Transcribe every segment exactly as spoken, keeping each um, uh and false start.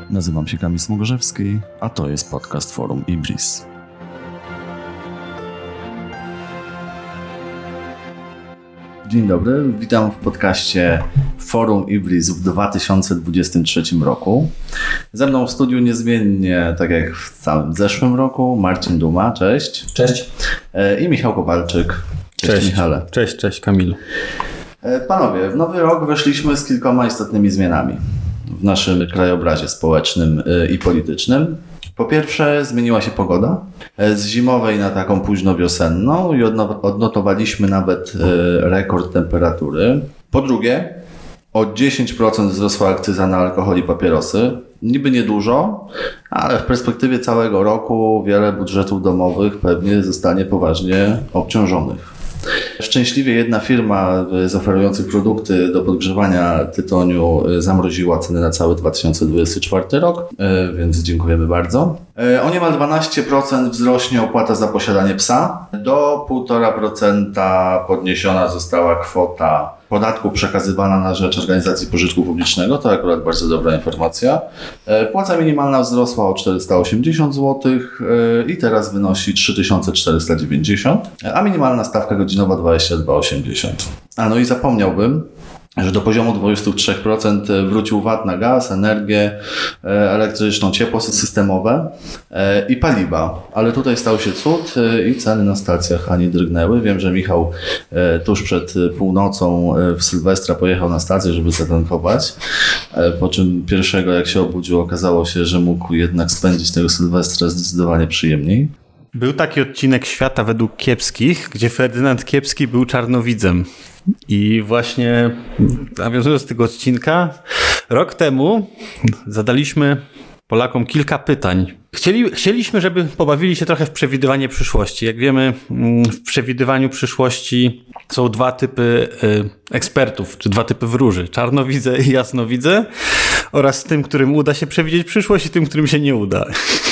Nazywam się Kamil Smogorzewski, a to jest podcast Forum Ibris. Dzień dobry, witam w podcaście Forum Ibris w dwa tysiące dwudziestym trzecim roku. Ze mną w studiu niezmiennie, tak jak w całym zeszłym roku, Marcin Duma, cześć. Cześć. I Michał Kowalczyk. Cześć, cześć Michale. Cześć, cześć Kamilu. Panowie, w nowy rok weszliśmy z kilkoma istotnymi zmianami w naszym krajobrazie społecznym i politycznym. Po pierwsze, zmieniła się pogoda z zimowej na taką późno wiosenną i odnotowaliśmy nawet rekord temperatury. Po drugie, o dziesięć procent wzrosła akcyza na alkohol i papierosy. Niby niedużo, ale w perspektywie całego roku wiele budżetów domowych pewnie zostanie poważnie obciążonych. Szczęśliwie jedna firma z oferujących produkty do podgrzewania tytoniu zamroziła ceny na cały dwa tysiące dwudziesty czwarty rok, więc dziękujemy bardzo. O niemal dwanaście procent wzrośnie opłata za posiadanie psa. Do półtora procent podniesiona została kwota podatku przekazywana na rzecz organizacji pożytku publicznego. To akurat bardzo dobra informacja. Płaca minimalna wzrosła o czterysta osiemdziesiąt złotych i teraz wynosi trzy tysiące czterysta dziewięćdziesiąt, a minimalna stawka godzinowa dwadzieścia dwa osiemdziesiąt. A no i zapomniałbym, że do poziomu dwadzieścia trzy procent wrócił V A T na gaz, energię elektryczną, ciepło systemowe i paliwa. Ale tutaj stał się cud i ceny na stacjach ani drgnęły. Wiem, że Michał tuż przed północą w Sylwestra pojechał na stację, żeby zatankować. Po czym pierwszego, jak się obudził, okazało się, że mógł jednak spędzić tego Sylwestra zdecydowanie przyjemniej. Był taki odcinek Świata według Kiepskich, gdzie Ferdynand Kiepski był czarnowidzem. I właśnie nawiązując do tego odcinka, rok temu zadaliśmy Polakom kilka pytań. Chcieli, chcieliśmy, żeby pobawili się trochę w przewidywanie przyszłości. Jak wiemy, w przewidywaniu przyszłości są dwa typy ekspertów, czy dwa typy wróży. Czarnowidze i jasnowidze oraz tym, którym uda się przewidzieć przyszłość i tym, którym się nie uda.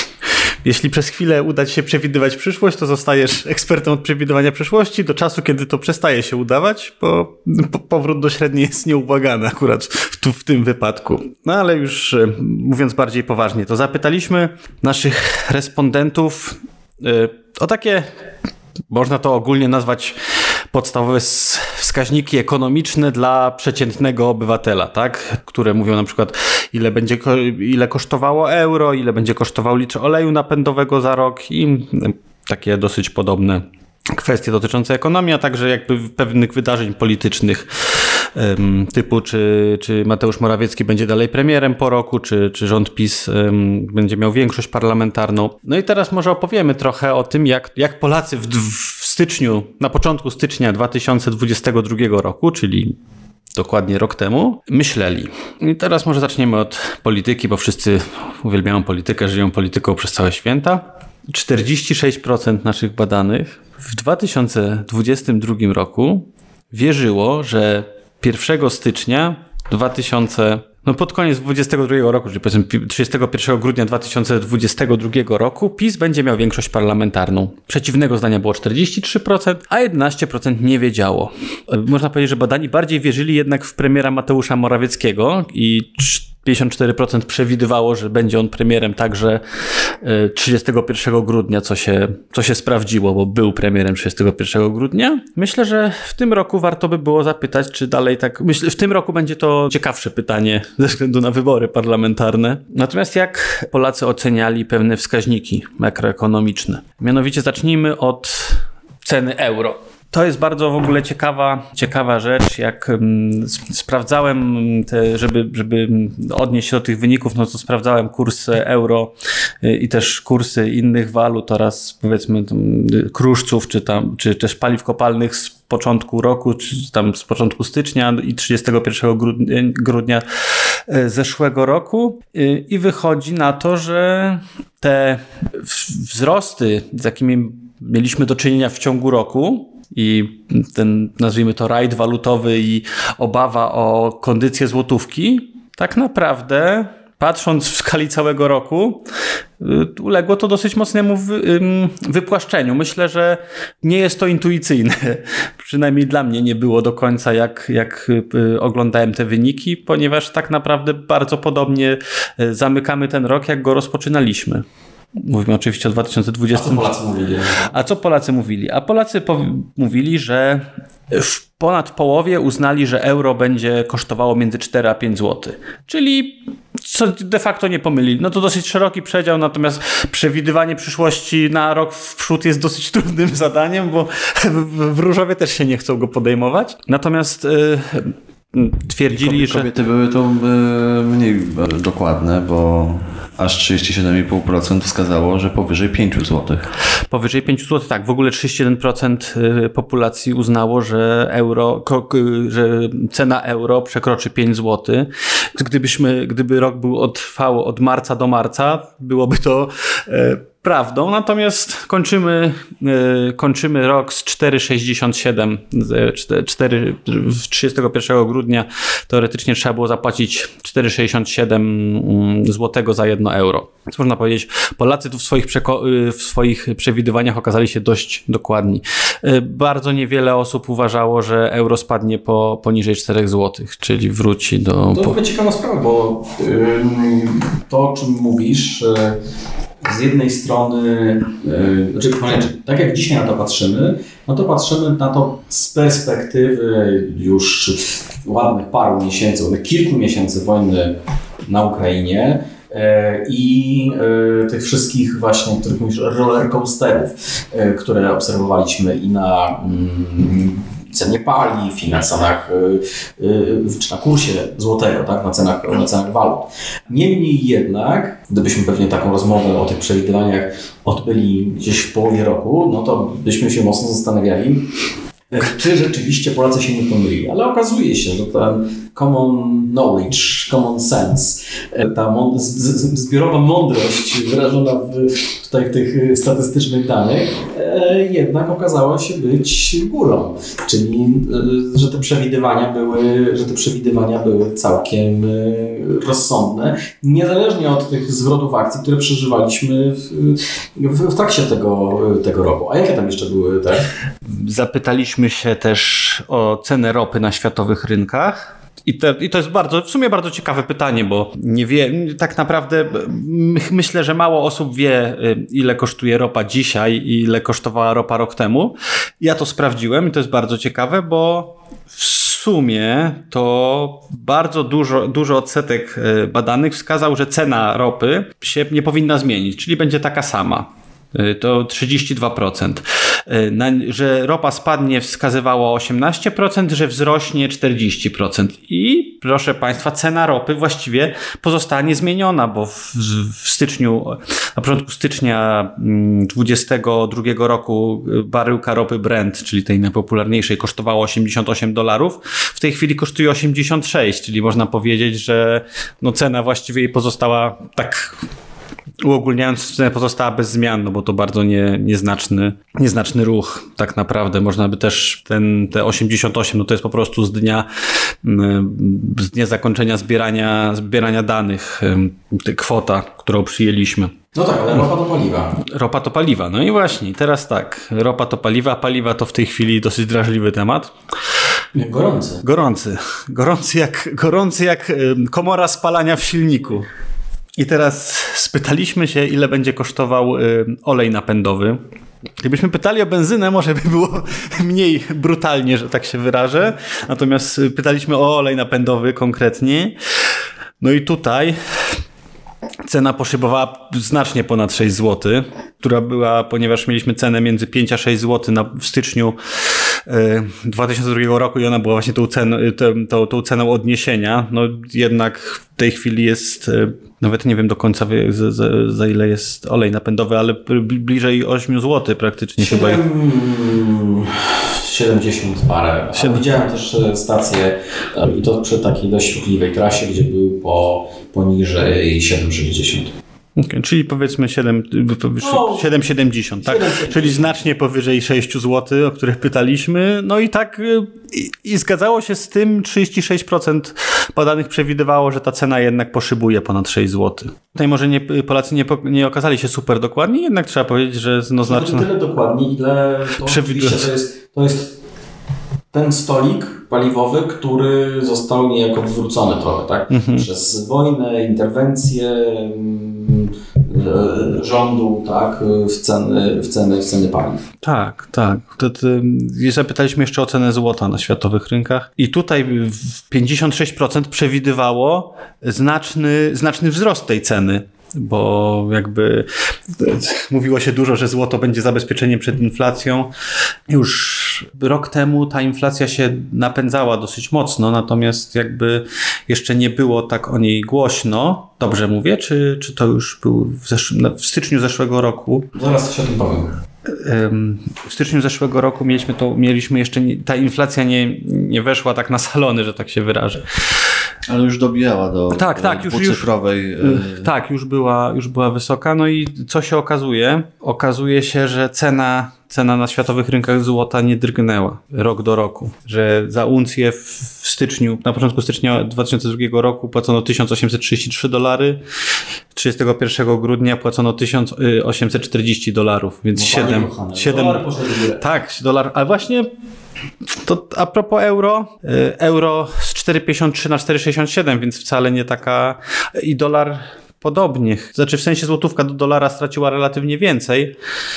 Jeśli przez chwilę uda ci się przewidywać przyszłość, to zostajesz ekspertem od przewidywania przyszłości do czasu, kiedy to przestaje się udawać, bo powrót do średniej jest nieubłagany akurat w, w tym wypadku. No ale już mówiąc bardziej poważnie, to zapytaliśmy naszych respondentów yy, o takie, można to ogólnie nazwać, podstawowe wskaźniki ekonomiczne dla przeciętnego obywatela, tak? Które mówią na przykład, ile będzie, ile kosztowało euro, ile będzie kosztował litr oleju napędowego za rok i takie dosyć podobne kwestie dotyczące ekonomii, a także jakby pewnych wydarzeń politycznych um, typu czy, czy Mateusz Morawiecki będzie dalej premierem po roku, czy, czy rząd PiS um, będzie miał większość parlamentarną. No i teraz może opowiemy trochę o tym, jak, jak Polacy w, w styczniu, na początku stycznia dwa tysiące dwudziestego drugiego roku, czyli dokładnie rok temu, myśleli. I teraz może zaczniemy od polityki, bo wszyscy uwielbiają politykę, żyją polityką przez całe święta. czterdzieści sześć procent naszych badanych w dwa tysiące dwudziestym drugim roku wierzyło, że pierwszego stycznia dwa tysiące, no pod koniec dwudziestego drugiego roku, czyli powiedzmy trzydziestego pierwszego grudnia dwa tysiące dwudziestego drugiego roku PiS będzie miał większość parlamentarną. Przeciwnego zdania było czterdzieści trzy procent, a jedenaście procent nie wiedziało. Można powiedzieć, że badani bardziej wierzyli jednak w premiera Mateusza Morawieckiego i pięćdziesiąt cztery procent przewidywało, że będzie on premierem także trzydziestego pierwszego grudnia, co się, co się sprawdziło, bo był premierem trzydziestego pierwszego grudnia. Myślę, że w tym roku warto by było zapytać, czy dalej tak... Myślę, w tym roku będzie to ciekawsze pytanie ze względu na wybory parlamentarne. Natomiast jak Polacy oceniali pewne wskaźniki makroekonomiczne? Mianowicie zacznijmy od ceny euro. To jest bardzo w ogóle ciekawa, ciekawa rzecz. Jak um, sprawdzałem, te, żeby, żeby odnieść się do tych wyników, no to sprawdzałem kursy euro y, i też kursy innych walut oraz powiedzmy tam, kruszców, czy, tam, czy też paliw kopalnych z początku roku, czy tam z początku stycznia i trzydziestego pierwszego grudnia, grudnia zeszłego roku y, i wychodzi na to, że te wzrosty, z jakimi mieliśmy do czynienia w ciągu roku, i ten, nazwijmy to, rajd walutowy i obawa o kondycję złotówki, tak naprawdę, patrząc w skali całego roku, uległo to dosyć mocnemu wy, wypłaszczeniu. Myślę, że nie jest to intuicyjne. Przynajmniej dla mnie nie było do końca, jak, jak oglądałem te wyniki, ponieważ tak naprawdę bardzo podobnie zamykamy ten rok, jak go rozpoczynaliśmy. Mówimy oczywiście o dwa tysiące dwudziestym. A co Polacy mówili? A co Polacy mówili? A Polacy pow- mówili, że w ponad połowie uznali, że euro będzie kosztowało między cztery a pięć złotych. Czyli co de facto nie pomylili. No to dosyć szeroki przedział, natomiast przewidywanie przyszłości na rok w przód jest dosyć trudnym zadaniem, bo w, w Różowie też się nie chcą go podejmować. Natomiast yy, twierdzili, że... Kobiety były to y, mniej dokładne, bo aż trzydzieści siedem i pół procent wskazało, że powyżej pięć złotych. Powyżej pięć złotych, tak. W ogóle trzydzieści jeden procent populacji uznało, że euro, że cena euro przekroczy pięć złotych. Gdybyśmy, gdyby rok był trwał od marca do marca, byłoby to e, prawdą. Natomiast kończymy, e, kończymy rok z cztery przecinek sześćdziesiąt siedem. cztery, trzydziestego pierwszego grudnia teoretycznie trzeba było zapłacić cztery przecinek sześćdziesiąt siedem złotego za jedno euro. Więc można powiedzieć, Polacy tu w swoich, przeko- w swoich przewidywaniach okazali się dość dokładni. Bardzo niewiele osób uważało, że euro spadnie po, poniżej cztery złotych, czyli wróci do... To po... ciekawa sprawa, bo yy, to, o czym mówisz, yy, z jednej strony, yy, znaczy, tak jak dzisiaj na to patrzymy, no to patrzymy na to z perspektywy już ładnych paru miesięcy, kilku miesięcy wojny na Ukrainie, i y, tych wszystkich właśnie, o których mówisz, rollercoasterów, y, które obserwowaliśmy i na y, cenie paliw, i na cenach, y, y, czy na kursie złotego, tak, na cenach, na cenach walut. Niemniej jednak, gdybyśmy pewnie taką rozmowę o tych przewidywaniach odbyli gdzieś w połowie roku, no to byśmy się mocno zastanawiali, czy rzeczywiście Polacy się nie pomylili. Ale okazuje się, że ten common knowledge, common sense, ta mąd- zbiorowa mądrość wyrażona w, tutaj w tych statystycznych danych, e, jednak okazała się być górą. Czyli, e, że te przewidywania były, że te przewidywania były całkiem e, rozsądne, niezależnie od tych zwrotów akcji, które przeżywaliśmy w, w, w trakcie tego, tego roku. A jakie tam jeszcze były te? Zapytaliśmy się też o cenę ropy na światowych rynkach. I, te, I to jest bardzo, w sumie bardzo ciekawe pytanie, bo nie wie, tak naprawdę myślę, że mało osób wie, ile kosztuje ropa dzisiaj i ile kosztowała ropa rok temu. Ja to sprawdziłem i to jest bardzo ciekawe, bo w sumie to bardzo dużo, dużo odsetek badanych wskazał, że cena ropy się nie powinna zmienić, czyli będzie taka sama. To trzydzieści dwa procent. Na, że ropa spadnie wskazywało osiemnaście procent, że wzrośnie czterdzieści procent. I proszę Państwa, cena ropy właściwie pozostała niezmieniona, bo w, w styczniu, na początku stycznia dwudziestego drugiego roku baryłka ropy Brent, czyli tej najpopularniejszej, kosztowała osiemdziesiąt osiem dolarów. W tej chwili kosztuje osiemdziesiąt sześć, czyli można powiedzieć, że no cena właściwie jej pozostała tak... Uogólniając, cena pozostała bez zmian, no bo to bardzo nie, nieznaczny, nieznaczny ruch tak naprawdę. Można by też ten, te osiemdziesiąt osiem, no to jest po prostu z dnia, z dnia zakończenia zbierania, zbierania danych, kwota, którą przyjęliśmy. No tak, ale ropa to paliwa. Ropa to paliwa, no i właśnie, teraz tak, ropa to paliwa, paliwa to w tej chwili dosyć drażliwy temat. Gorący. Gorący, gorący jak, gorący jak komora spalania w silniku. I teraz spytaliśmy się, ile będzie kosztował y, olej napędowy. Gdybyśmy pytali o benzynę, może by było mniej brutalnie, że tak się wyrażę. Natomiast pytaliśmy o olej napędowy konkretnie. No i tutaj cena poszybowała znacznie ponad sześć złotych, która była, ponieważ mieliśmy cenę między pięć a sześć złotych na, w styczniu dwa tysiące drugiego roku i ona była właśnie tą, cen, tą, tą, tą ceną odniesienia. No jednak w tej chwili jest, nawet nie wiem do końca za, za, za ile jest olej napędowy, ale bliżej osiem złotych praktycznie chyba. siedemdziesiąt parę. A widziałem też stację i to przy takiej dość ruchliwej trasie, gdzie był po, poniżej siedem sześćdziesiąt. Okay, czyli powiedzmy siedem przecinek siedemdziesiąt, tak? siedem, czyli znacznie powyżej sześć złotych, o których pytaliśmy. No i tak i, i zgadzało się z tym, trzydzieści sześć procent badanych przewidywało, że ta cena jednak poszybuje ponad sześć złotych. Tutaj może nie, Polacy nie, nie okazali się super dokładni, jednak trzeba powiedzieć, że no znacznie... Nie tyle dokładnie, ile to Przewidu... to jest, to jest ten stolik paliwowy, który został niejako wywrócony trochę, tak? Mhm. Przez wojnę, interwencje e, rządu, tak? W ceny, w ceny, w ceny paliw. Tak, tak. To, to, zapytaliśmy jeszcze o cenę złota na światowych rynkach i tutaj pięćdziesiąt sześć procent przewidywało znaczny, znaczny wzrost tej ceny. Bo jakby mówiło się dużo, że złoto będzie zabezpieczeniem przed inflacją. Już rok temu ta inflacja się napędzała dosyć mocno, natomiast jakby jeszcze nie było tak o niej głośno. Dobrze mówię? Czy, czy to już był w, zesz- w styczniu zeszłego roku? Zaraz coś o tym powiem. W styczniu zeszłego roku mieliśmy to, mieliśmy jeszcze, nie, ta inflacja nie, nie weszła tak na salony, że tak się wyrażę. Ale już dobijała do, tak, do tak, już, dwucyfrowej... Już, yy, tak, już była, już była wysoka. No i co się okazuje? Okazuje się, że cena, cena na światowych rynkach złota nie drgnęła rok do roku. Że za uncję w, w styczniu, na początku stycznia dwa tysiące drugiego roku płacono tysiąc osiemset trzydzieści trzy dolary, trzydziestego pierwszego grudnia płacono tysiąc osiemset czterdzieści dolarów, więc siedem... siedem tak, dolar, ale właśnie... To a propos euro, euro z cztery pięćdziesiąt trzy na cztery sześćdziesiąt siedem, więc wcale nie taka i dolar podobnie. Znaczy w sensie złotówka do dolara straciła relatywnie więcej.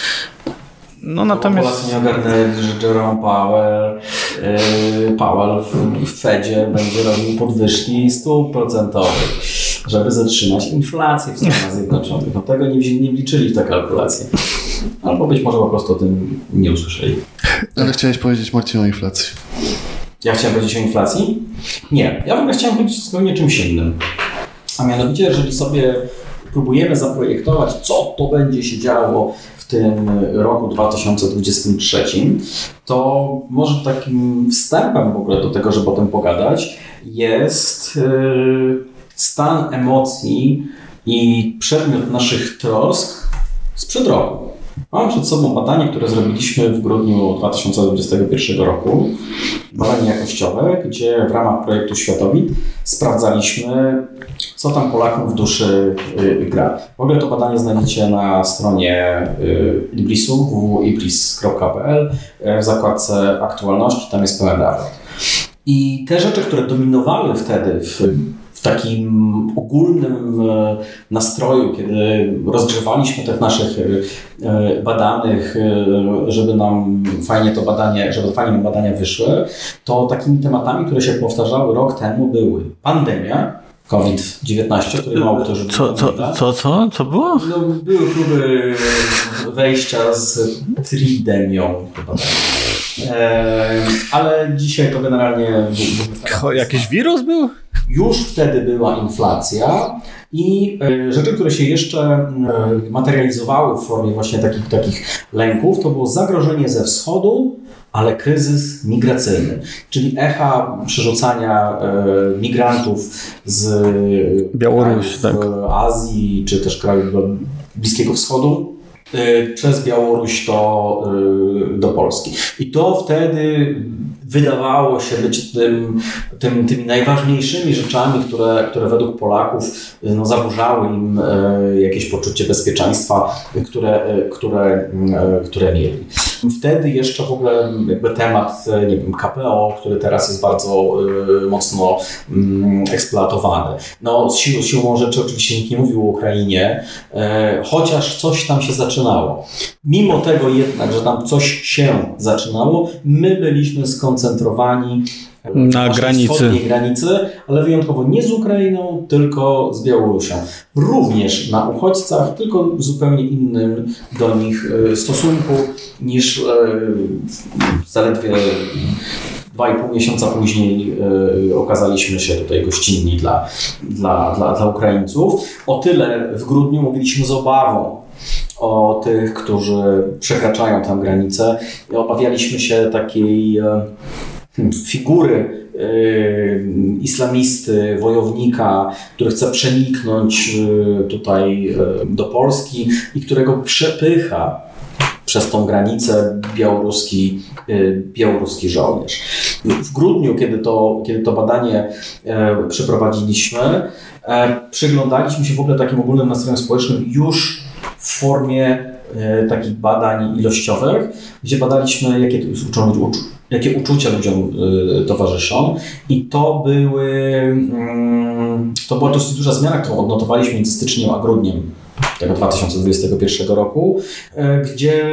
No natomiast... Polacy nie ogarnęli, że Jerome Powell, yy, Powell w, w Fedzie będzie robił podwyżki stóp procentowych, żeby zatrzymać inflację w Stanach Zjednoczonych. No tego nie, nie wliczyli w te kalkulacje. Albo być może po prostu o tym nie usłyszeli. Ale chciałeś powiedzieć, Marcin, o inflacji. Ja chciałem powiedzieć o inflacji? Nie. Ja w ogóle chciałem powiedzieć zupełnie czymś innym. A mianowicie, jeżeli sobie próbujemy zaprojektować, co to będzie się działo w tym roku dwa tysiące dwudziestym trzecim, to może takim wstępem w ogóle do tego, żeby o tym pogadać, jest yy, stan emocji i przedmiot naszych trosk sprzed roku. Mam przed sobą badanie, które zrobiliśmy w grudniu dwa tysiące dwudziestego pierwszego roku. Badanie jakościowe, gdzie w ramach projektu Światowid sprawdzaliśmy, co tam Polakom w duszy y, gra. W ogóle to badanie znajdziecie na stronie y, Ibrisu, w w w kropka ibris kropka p l, w zakładce aktualności, tam jest pełen raport. I te rzeczy, które dominowały wtedy w w takim ogólnym nastroju, kiedy rozgrzewaliśmy tych naszych badanych, żeby nam fajnie to badanie, żeby fajnie nam badania wyszły, to takimi tematami, które się powtarzały rok temu, były pandemia, COVID dziewiętnaście, który mało kto żeby co, co, co, co? Co było? No, były próby wejścia z tridemią chyba tak. E, ale dzisiaj to generalnie... Ko, jakiś wirus był? Już wtedy była inflacja i e, rzeczy, które się jeszcze e, materializowały w formie właśnie takich, takich lęków, to było zagrożenie ze wschodu, ale kryzys migracyjny, czyli echa przerzucania e, migrantów z Białorusi, tak. Azji, czy też krajów Bliskiego Wschodu przez Białoruś do, do Polski. I to wtedy wydawało się być tym, tym, tymi najważniejszymi rzeczami, które, które według Polaków no, zaburzały im jakieś poczucie bezpieczeństwa, które, które, które mieli. Wtedy jeszcze w ogóle jakby temat, nie wiem, K P O, który teraz jest bardzo y, mocno y, eksploatowany. No, z siłą, siłą rzeczy oczywiście nikt nie mówił o Ukrainie, y, chociaż coś tam się zaczynało. Mimo tego jednak, że tam coś się zaczynało, my byliśmy skoncentrowani na granicy. granicy, ale wyjątkowo nie z Ukrainą, tylko z Białorusią. Również na uchodźcach, tylko w zupełnie innym do nich stosunku niż e, zaledwie dwa i pół miesiąca później e, okazaliśmy się tutaj gościnni dla, dla, dla, dla Ukraińców. O tyle w grudniu mówiliśmy z obawą o tych, którzy przekraczają tam granicę. Obawialiśmy się takiej e, figury yy, islamisty, wojownika, który chce przeniknąć yy, tutaj yy, do Polski i którego przepycha przez tą granicę białoruski, yy, białoruski żołnierz. W grudniu, kiedy to, kiedy to badanie yy, przeprowadziliśmy, yy, przyglądaliśmy się w ogóle takim ogólnym nastrojom społecznym już w formie yy, takich badań ilościowych, gdzie badaliśmy, jakie to jest uczą, uczu, jakie uczucia ludziom y, towarzyszą i to były y, to była dosyć duża zmiana, którą odnotowaliśmy między styczniem a grudniem tego dwa tysiące dwudziestego pierwszego roku, y, gdzie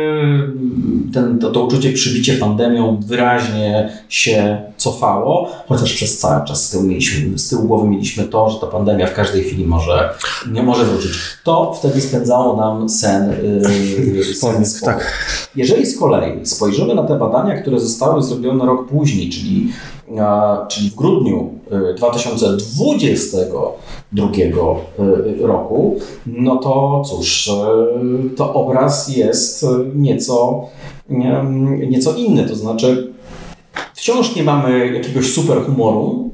ten, to, to uczucie przybicie pandemią wyraźnie się cofało, chociaż przez cały czas z tyłu, mieliśmy, z tyłu głowy mieliśmy to, że ta pandemia w każdej chwili może, nie może wrócić. To wtedy spędzało nam sen, yy, sen tak. Jeżeli z kolei spojrzymy na te badania, które zostały zrobione rok później, czyli, a, czyli w grudniu dwa tysiące dwudziestego drugiego roku, no to cóż, to obraz jest nieco, nieco inny, to znaczy wciąż nie mamy jakiegoś super humoru,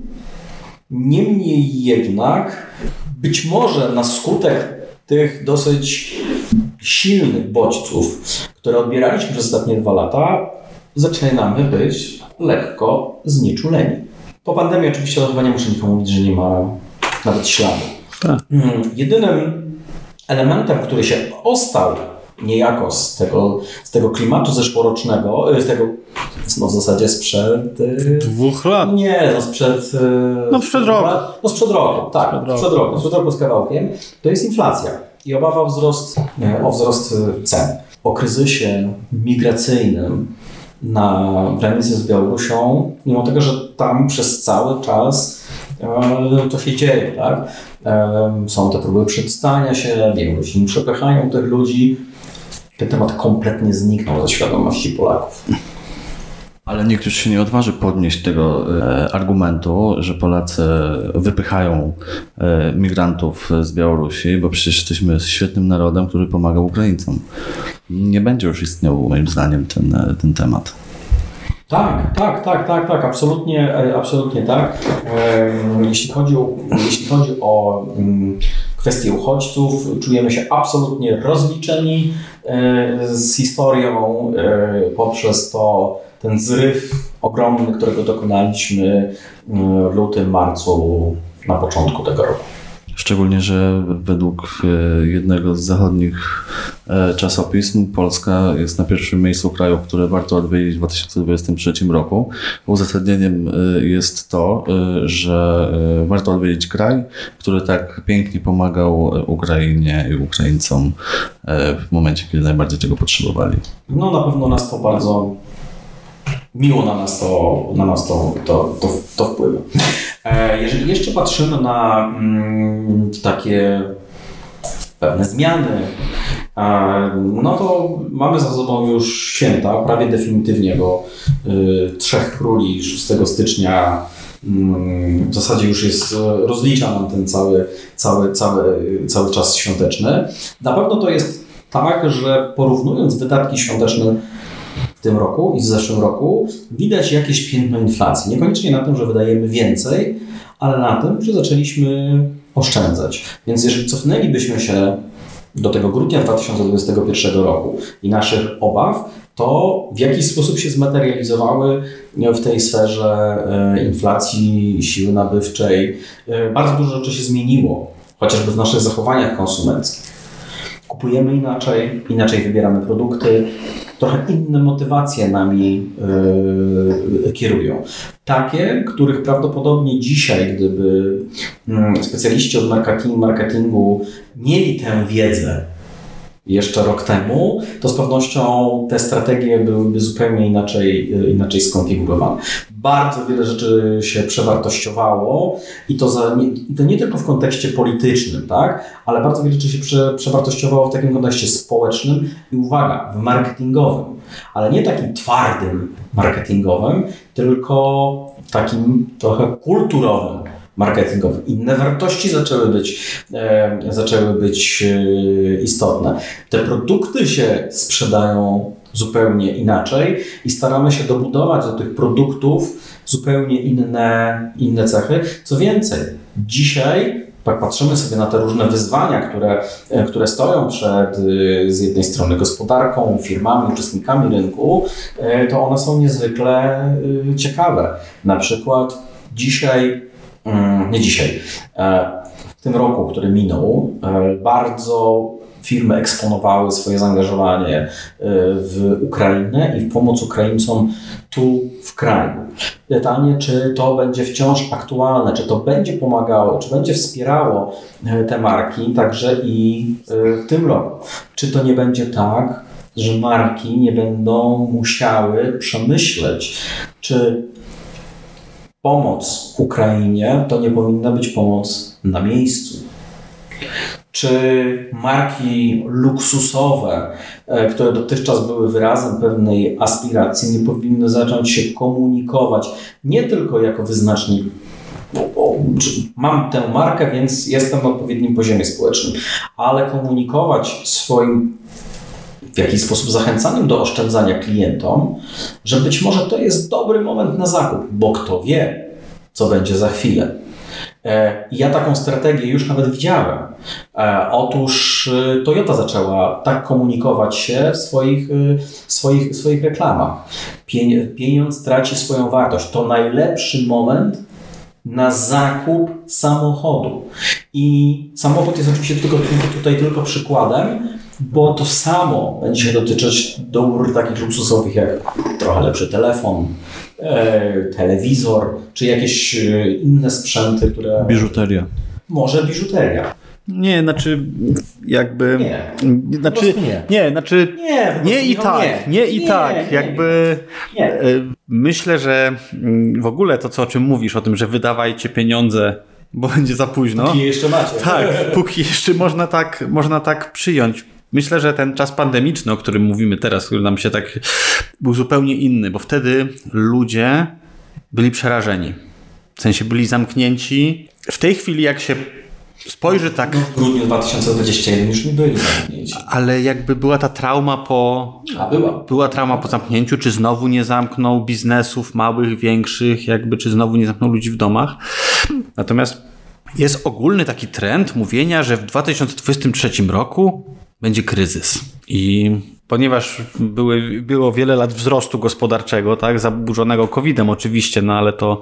niemniej jednak być może na skutek tych dosyć silnych bodźców, które odbieraliśmy przez ostatnie dwa lata, zaczynamy być lekko znieczuleni. Po pandemii oczywiście to chyba nie muszę nikomu mówić, że nie ma nawet śladu. Tak. Jedynym elementem, który się ostał niejako z tego, z tego klimatu zeszłorocznego, z tego no w zasadzie sprzed... Dwóch lat. Nie, no sprzed... No sprzed roku. No sprzed roku, tak. Sprzed roku. Sprzed roku, sprzed roku z kawałkiem. To jest inflacja i obawa o wzrost, o wzrost cen. O kryzysie migracyjnym na granicy z Białorusią, mimo tego, że tam przez cały czas e, to się dzieje, tak? E, są te próby przedstania się, Białorusini przepychają tych ludzi. Ten temat kompletnie zniknął ze świadomości Polaków. Ale nikt już się nie odważy podnieść tego e, argumentu, że Polacy wypychają e, migrantów z Białorusi, bo przecież jesteśmy świetnym narodem, który pomaga Ukraińcom. Nie będzie już istniał, moim zdaniem, ten, ten temat. Tak, tak, tak, tak, tak, absolutnie, absolutnie tak. Jeśli chodzi o, jeśli chodzi o kwestię uchodźców, czujemy się absolutnie rozliczeni z historią poprzez to ten zryw ogromny, którego dokonaliśmy w lutym, marcu, na początku tego roku. Szczególnie, że według jednego z zachodnich czasopism Polska jest na pierwszym miejscu krajów, które warto odwiedzić w dwa tysiące dwudziestym trzecim roku. Uzasadnieniem jest to, że warto odwiedzić kraj, który tak pięknie pomagał Ukrainie i Ukraińcom w momencie, kiedy najbardziej tego potrzebowali. No na pewno nas to bardzo miło na nas to, na nas to, to, to, to wpływa. Jeżeli jeszcze patrzymy na mm, takie pewne zmiany, no to mamy za sobą już święta, prawie definitywnie, bo y, Trzech Króli szóstego stycznia y, w zasadzie już jest, rozlicza nam ten cały, cały, cały, cały czas świąteczny. Na pewno to jest tak, że porównując wydatki świąteczne w tym roku i w zeszłym roku, widać jakieś piętno inflacji. Niekoniecznie na tym, że wydajemy więcej, ale na tym, że zaczęliśmy oszczędzać. Więc jeżeli cofnęlibyśmy się do tego grudnia dwa tysiące dwudziestego pierwszego roku i naszych obaw, to w jakiś sposób się zmaterializowały w tej sferze inflacji, siły nabywczej. Bardzo dużo rzeczy się zmieniło, chociażby w naszych zachowaniach konsumenckich. Kupujemy inaczej, inaczej wybieramy produkty, trochę inne motywacje nami yy, kierują. Takie, których prawdopodobnie dzisiaj, gdyby yy, specjaliści od marketingu, marketingu mieli tę wiedzę jeszcze rok temu, to z pewnością te strategie byłyby zupełnie inaczej, inaczej skonfigurowane. Bardzo wiele rzeczy się przewartościowało i to, za, nie, i to nie tylko w kontekście politycznym, tak? Ale bardzo wiele rzeczy się prze, przewartościowało w takim kontekście społecznym i uwaga, w marketingowym. Ale nie takim twardym marketingowym, tylko takim trochę kulturowym marketingowym. Inne wartości zaczęły być, e, zaczęły być e, istotne. Te produkty się sprzedają zupełnie inaczej i staramy się dobudować do tych produktów zupełnie inne, inne cechy. Co więcej, dzisiaj jak patrzymy sobie na te różne wyzwania, które, które stoją przed z jednej strony gospodarką, firmami, uczestnikami rynku, to one są niezwykle ciekawe. Na przykład dzisiaj, nie dzisiaj, w tym roku, który minął, bardzo firmy eksponowały swoje zaangażowanie w Ukrainę i w pomoc Ukraińcom tu w kraju. Pytanie, czy to będzie wciąż aktualne, czy to będzie pomagało, czy będzie wspierało te marki także i w tym roku. Czy to nie będzie tak, że marki nie będą musiały przemyśleć, czy pomoc Ukrainie to nie powinna być pomoc na miejscu. Czy marki luksusowe, które dotychczas były wyrazem pewnej aspiracji, nie powinny zacząć się komunikować nie tylko jako wyznacznik, bo mam tę markę, więc jestem na odpowiednim poziomie społecznym, ale komunikować swoim w jakiś sposób zachęcaniem do oszczędzania klientom, że być może to jest dobry moment na zakup, bo kto wie, co będzie za chwilę. Ja taką strategię już nawet widziałem. Otóż Toyota zaczęła tak komunikować się w swoich, swoich, swoich reklamach. Pieniądz traci swoją wartość. To najlepszy moment na zakup samochodu. I samochód jest oczywiście tylko, tutaj tylko przykładem, bo to samo będzie dotyczyć dóbr takich luksusowych jak trochę lepszy telefon, e, telewizor, czy jakieś inne sprzęty, które... Biżuteria. Może biżuteria. Nie, znaczy jakby... Nie, znaczy, nie. nie, znaczy Nie, nie i tak, nie, nie i nie, tak, nie, jakby nie. myślę, że w ogóle to, co o czym mówisz, o tym, że wydawajcie pieniądze, bo będzie za późno. Póki jeszcze macie. Tak, póki jeszcze można tak, można tak przyjąć. Myślę, że ten czas pandemiczny, o którym mówimy teraz, który nam się tak był zupełnie inny, bo wtedy ludzie byli przerażeni. W sensie byli zamknięci. W tej chwili jak się spojrzy tak... No, w grudniu dwa tysiące dwudziestym pierwszym już nie byli zamknięci. Ale jakby była ta trauma po... A była. Była trauma po zamknięciu, czy znowu nie zamknął biznesów małych, większych, jakby, czy znowu nie zamknął ludzi w domach. Natomiast jest ogólny taki trend mówienia, że w dwa tysiące dwudziestym trzecim roku będzie kryzys. I ponieważ były, było wiele lat wzrostu gospodarczego, tak, zaburzonego kowidem oczywiście, no ale to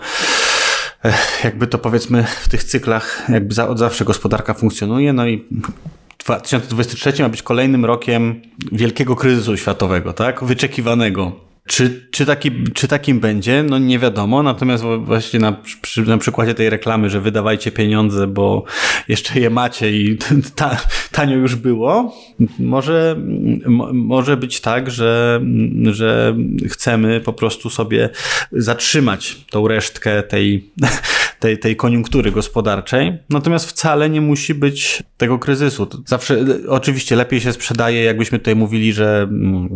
jakby to powiedzmy w tych cyklach jakby za, od zawsze gospodarka funkcjonuje, no i dwa tysiące dwudziesty trzeci ma być kolejnym rokiem wielkiego kryzysu światowego, tak, wyczekiwanego. Czy, czy, taki, czy takim będzie? No nie wiadomo, natomiast właśnie na, przy, na przykładzie tej reklamy, że wydawajcie pieniądze, bo jeszcze je macie i ta, tanio już było, może, mo, może być tak, że, że chcemy po prostu sobie zatrzymać tą resztkę tej, tej, tej koniunktury gospodarczej, natomiast wcale nie musi być tego kryzysu. Zawsze, oczywiście lepiej się sprzedaje, jakbyśmy tutaj mówili, że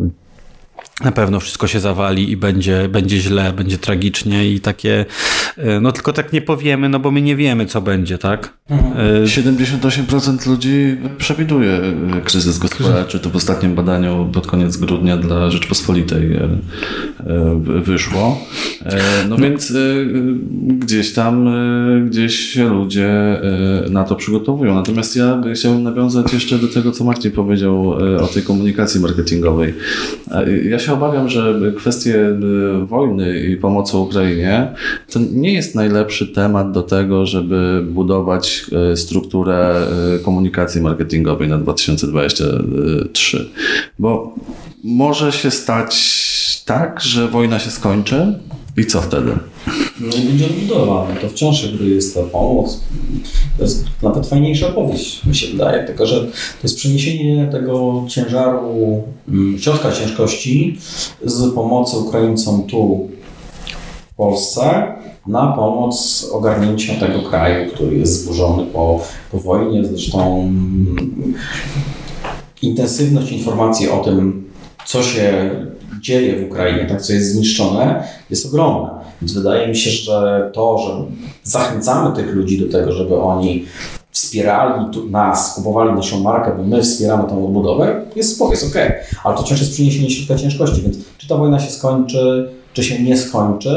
na pewno wszystko się zawali i będzie, będzie źle, będzie tragicznie i takie, no tylko tak nie powiemy, no bo my nie wiemy, co będzie, tak? Mhm. siedemdziesiąt osiem procent ludzi przewiduje kryzys gospodarczy. To w ostatnim badaniu pod koniec grudnia dla Rzeczpospolitej wyszło. No więc gdzieś tam, gdzieś się ludzie na to przygotowują. Natomiast ja chciałbym nawiązać jeszcze do tego, co Marcin powiedział o tej komunikacji marketingowej. Ja się obawiam, że kwestie wojny i pomocy Ukrainie to nie jest najlepszy temat do tego, żeby budować strukturę komunikacji marketingowej na dwa tysiące dwudziesty trzeci. Bo może się stać tak, że wojna się skończy i co wtedy? No i będzie odbudowana. To wciąż jakby jest ta pomoc. To jest nawet fajniejsza opowieść, mi się wydaje. Tylko, że to jest przeniesienie tego ciężaru, środka ciężkości z pomocy Ukraińcom tu w Polsce na pomoc ogarnięcia tego kraju, który jest zburzony po, po wojnie. Zresztą intensywność informacji o tym, co się dzieje w Ukrainie, tak, co jest zniszczone, jest ogromna. Więc wydaje mi się, że to, że zachęcamy tych ludzi do tego, żeby oni wspierali tu nas, kupowali naszą markę, bo my wspieramy tą odbudowę, jest spoko, jest okej. Okay. Ale to wciąż jest przyniesienie środka ciężkości, więc czy ta wojna się skończy, czy się nie skończy,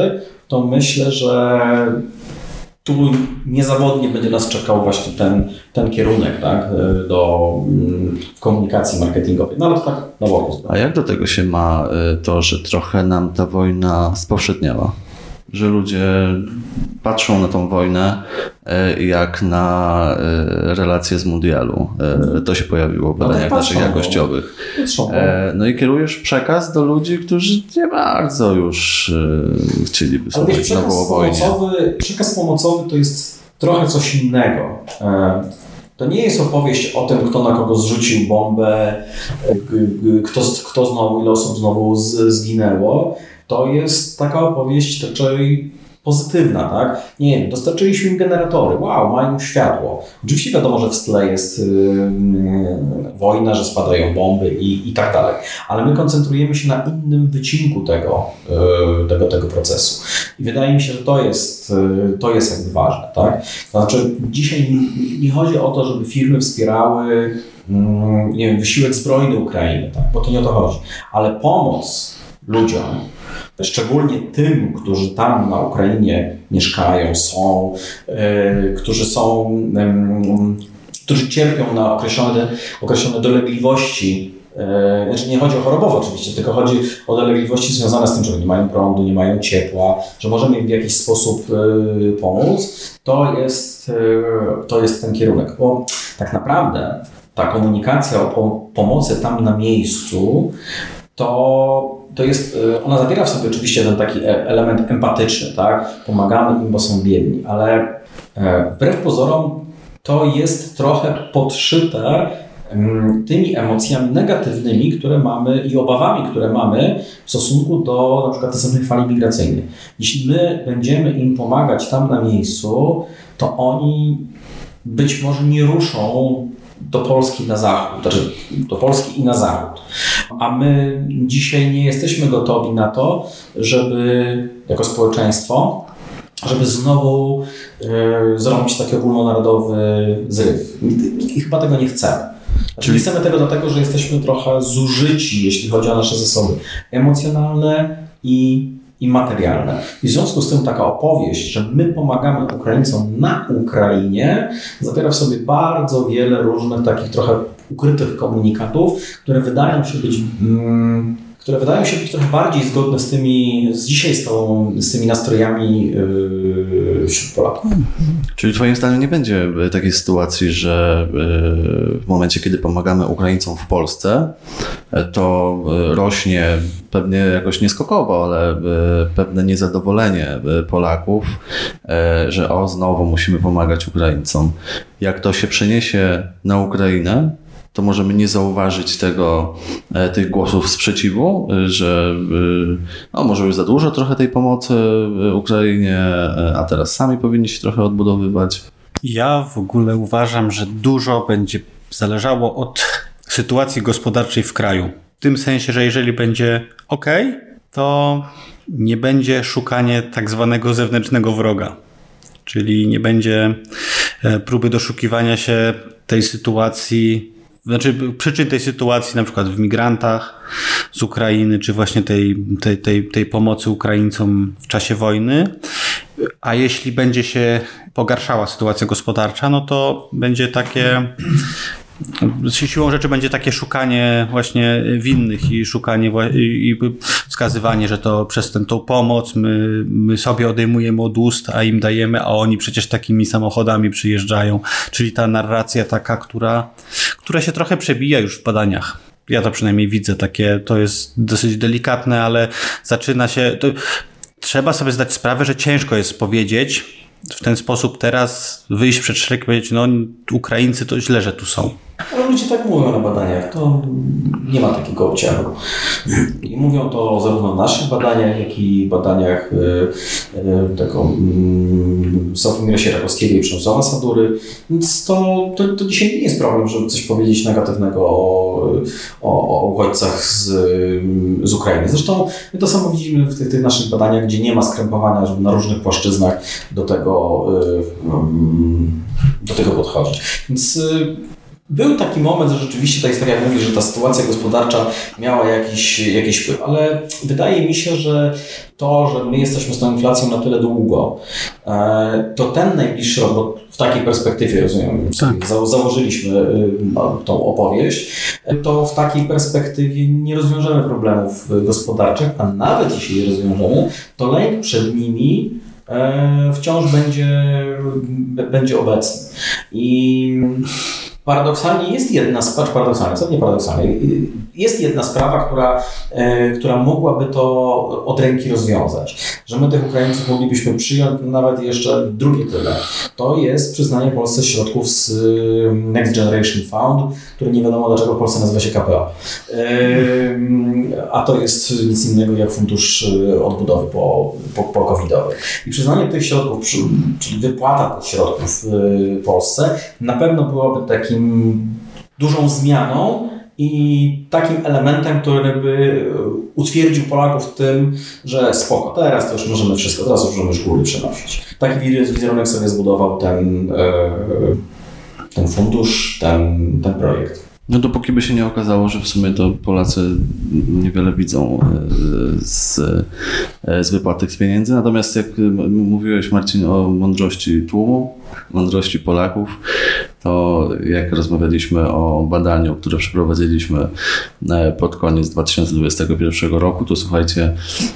to myślę, że tu niezawodnie będzie nas czekał właśnie ten, ten kierunek, tak, do komunikacji marketingowej. No ale to tak na boku. A jak do tego się ma to, że trochę nam ta wojna spowszedniała? Że ludzie patrzą na tą wojnę jak na relacje z mundialu. To się pojawiło w badaniach no tak naszych patrzą, jakościowych. Patrzą, no i kierujesz przekaz do ludzi, którzy nie bardzo już chcieliby słuchać znowu o wojnie. Pomocowy, przekaz pomocowy to jest trochę coś innego. To nie jest opowieść o tym, kto na kogo zrzucił bombę, kto, kto znowu, ile osób znowu zginęło. To jest taka opowieść raczej pozytywna, tak? Nie wiem, dostarczyliśmy im generatory, wow, mają światło. Oczywiście wiadomo, że w tle jest yy, wojna, że spadają bomby i, i tak dalej, ale my koncentrujemy się na innym wycinku tego, yy, tego, tego procesu. I wydaje mi się, że to jest, yy, to jest jakby ważne, tak? To znaczy dzisiaj nie chodzi o to, żeby firmy wspierały yy, nie wiem, wysiłek zbrojny Ukrainy, tak? Bo to nie o to chodzi, ale pomoc ludziom, szczególnie tym, którzy tam na Ukrainie mieszkają, są, yy, którzy są, yy, którzy cierpią na określone, określone dolegliwości. Yy, znaczy nie chodzi o chorobowe oczywiście, tylko chodzi o dolegliwości związane z tym, że nie mają prądu, nie mają ciepła, że możemy im w jakiś sposób yy, pomóc. To jest, yy, to jest ten kierunek, bo tak naprawdę ta komunikacja o po- pomocy tam na miejscu to To jest, ona zawiera w sobie oczywiście ten taki element empatyczny, tak? Pomagamy im, bo są biedni, ale wbrew pozorom to jest trochę podszyte tymi emocjami negatywnymi, które mamy i obawami, które mamy w stosunku do na przykład tej samej fali migracyjnej. Jeśli my będziemy im pomagać tam na miejscu, to oni być może nie ruszą do Polski na zachód, znaczy do Polski i na zachód. A my dzisiaj nie jesteśmy gotowi na to, żeby jako społeczeństwo, żeby znowu y, zrobić taki ogólnonarodowy zryw. I, i chyba tego nie chcemy. Znaczy, Czyli... Nie chcemy tego dlatego, że jesteśmy trochę zużyci, jeśli chodzi o nasze zasoby emocjonalne i i materialne. I w związku z tym taka opowieść, że my pomagamy Ukraińcom na Ukrainie, zawiera w sobie bardzo wiele różnych takich trochę ukrytych komunikatów, które wydają się być, mm, które wydają się być trochę bardziej zgodne z tymi, z dzisiaj z, tą, z tymi nastrojami yy, wśród Polaków. Czyli twoim zdaniem nie będzie takiej sytuacji, że w momencie, kiedy pomagamy Ukraińcom w Polsce, to rośnie pewnie jakoś nieskokowo, ale pewne niezadowolenie Polaków, że o, znowu musimy pomagać Ukraińcom. Jak to się przeniesie na Ukrainę, to możemy nie zauważyć tego, tych głosów sprzeciwu, że no, może już za dużo trochę tej pomocy Ukrainie, a teraz sami powinni się trochę odbudowywać. Ja w ogóle uważam, że dużo będzie zależało od sytuacji gospodarczej w kraju. W tym sensie, że jeżeli będzie ok, to nie będzie szukanie tak zwanego zewnętrznego wroga. Czyli nie będzie próby doszukiwania się tej sytuacji, znaczy przyczyn tej sytuacji na przykład w migrantach z Ukrainy, czy właśnie tej, tej, tej, tej pomocy Ukraińcom w czasie wojny. A jeśli będzie się pogarszała sytuacja gospodarcza, no to będzie takie, siłą rzeczy będzie takie szukanie właśnie winnych i szukanie i wskazywanie, że to przez tę tą pomoc my, my sobie odejmujemy od ust, a im dajemy, a oni przecież takimi samochodami przyjeżdżają. Czyli ta narracja taka, która, która się trochę przebija już w badaniach. Ja to przynajmniej widzę, takie, to jest dosyć delikatne, ale zaczyna się, to, trzeba sobie zdać sprawę, że ciężko jest powiedzieć w ten sposób teraz, wyjść przed szereg i powiedzieć, no Ukraińcy to źle, że tu są. Ale ludzie tak mówią na badaniach, to nie ma takiego obciachu. I mówią to zarówno w naszych badaniach, jak i badaniach yy, yy, tego yy, Sławomira Sierakowskiego i Przemysława Sadury. Więc to, to, to dzisiaj nie jest problem, żeby coś powiedzieć negatywnego o, o, o uchodźcach z, z Ukrainy. Zresztą my to samo widzimy w tych, tych naszych badaniach, gdzie nie ma skrępowania, żeby na różnych płaszczyznach do tego, yy, yy, do tego podchodzić. Więc yy, Był taki moment, że rzeczywiście to jest tak jak mówisz, że ta sytuacja gospodarcza miała jakiś, jakiś wpływ, ale wydaje mi się, że to, że my jesteśmy z tą inflacją na tyle długo, to ten najbliższy rok, bo w takiej perspektywie, rozumiem, tak. za, założyliśmy tą opowieść, to w takiej perspektywie nie rozwiążemy problemów gospodarczych, a nawet jeśli je rozwiążemy, to lęk przed nimi wciąż będzie, będzie obecny. I paradoksalnie jest jedna sprawa, paradoksalnie, co nie paradoksalnie, jest jedna sprawa, która, e, która mogłaby to od ręki rozwiązać. Że my tych Ukraińców moglibyśmy przyjąć nawet jeszcze drugie tyle. To jest przyznanie Polsce środków z Next Generation Fund, który nie wiadomo dlaczego w Polsce nazywa się K P O. E, a to jest nic innego jak fundusz odbudowy po, po, po covidowy. I przyznanie tych środków, czyli wypłata tych środków w Polsce na pewno byłoby takim dużą zmianą i takim elementem, który by utwierdził Polaków w tym, że spoko, teraz to już możemy wszystko, teraz już możemy już góry przenosić. Taki wizerunek sobie zbudował ten, ten fundusz, ten, ten projekt. No dopóki by się nie okazało, że w sumie to Polacy niewiele widzą z, z wypłat tych pieniędzy. Natomiast jak mówiłeś, Marcin, o mądrości tłumu, mądrości Polaków, to jak rozmawialiśmy o badaniu, które przeprowadziliśmy pod koniec dwa tysiące dwudziestego pierwszego roku, to słuchajcie,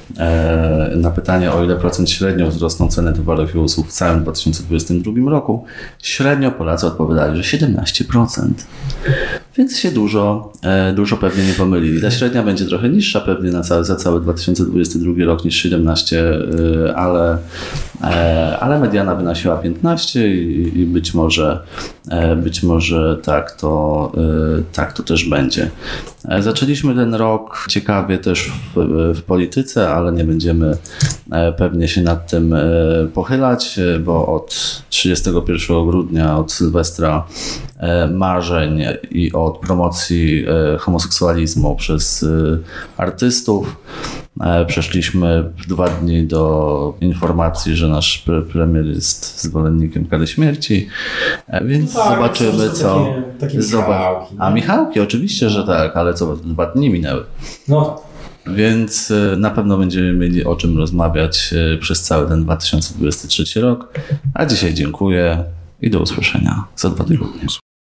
na pytanie, o ile procent średnio wzrosną ceny towarów i usług w całym dwa tysiące dwudziestym drugim roku, średnio Polacy odpowiadali, że siedemnaście procent. Więc się dużo, dużo pewnie nie pomylili. Ta średnia będzie trochę niższa pewnie na cały, za cały dwa tysiące dwudziesty drugi rok niż siedemnaście, ale, ale mediana wynosiła piętnaście i, i być może być może tak to, tak to też będzie. Zaczęliśmy ten rok ciekawie też w, w polityce, ale nie będziemy pewnie się nad tym pochylać, bo od trzydziestego pierwszego grudnia, od Sylwestra marzeń i od promocji homoseksualizmu przez artystów przeszliśmy w dwa dni do informacji, że nasz pre- premier jest zwolennikiem kary śmierci, więc tak, zobaczymy co... Takie, takie Zobac- Michałki, A Michałki, oczywiście, że tak, ale co, dwa dni minęły. No. Więc na pewno będziemy mieli o czym rozmawiać przez cały ten dwa tysiące dwudziesty trzeci rok. A dzisiaj dziękuję i do usłyszenia za dwa tygodnie.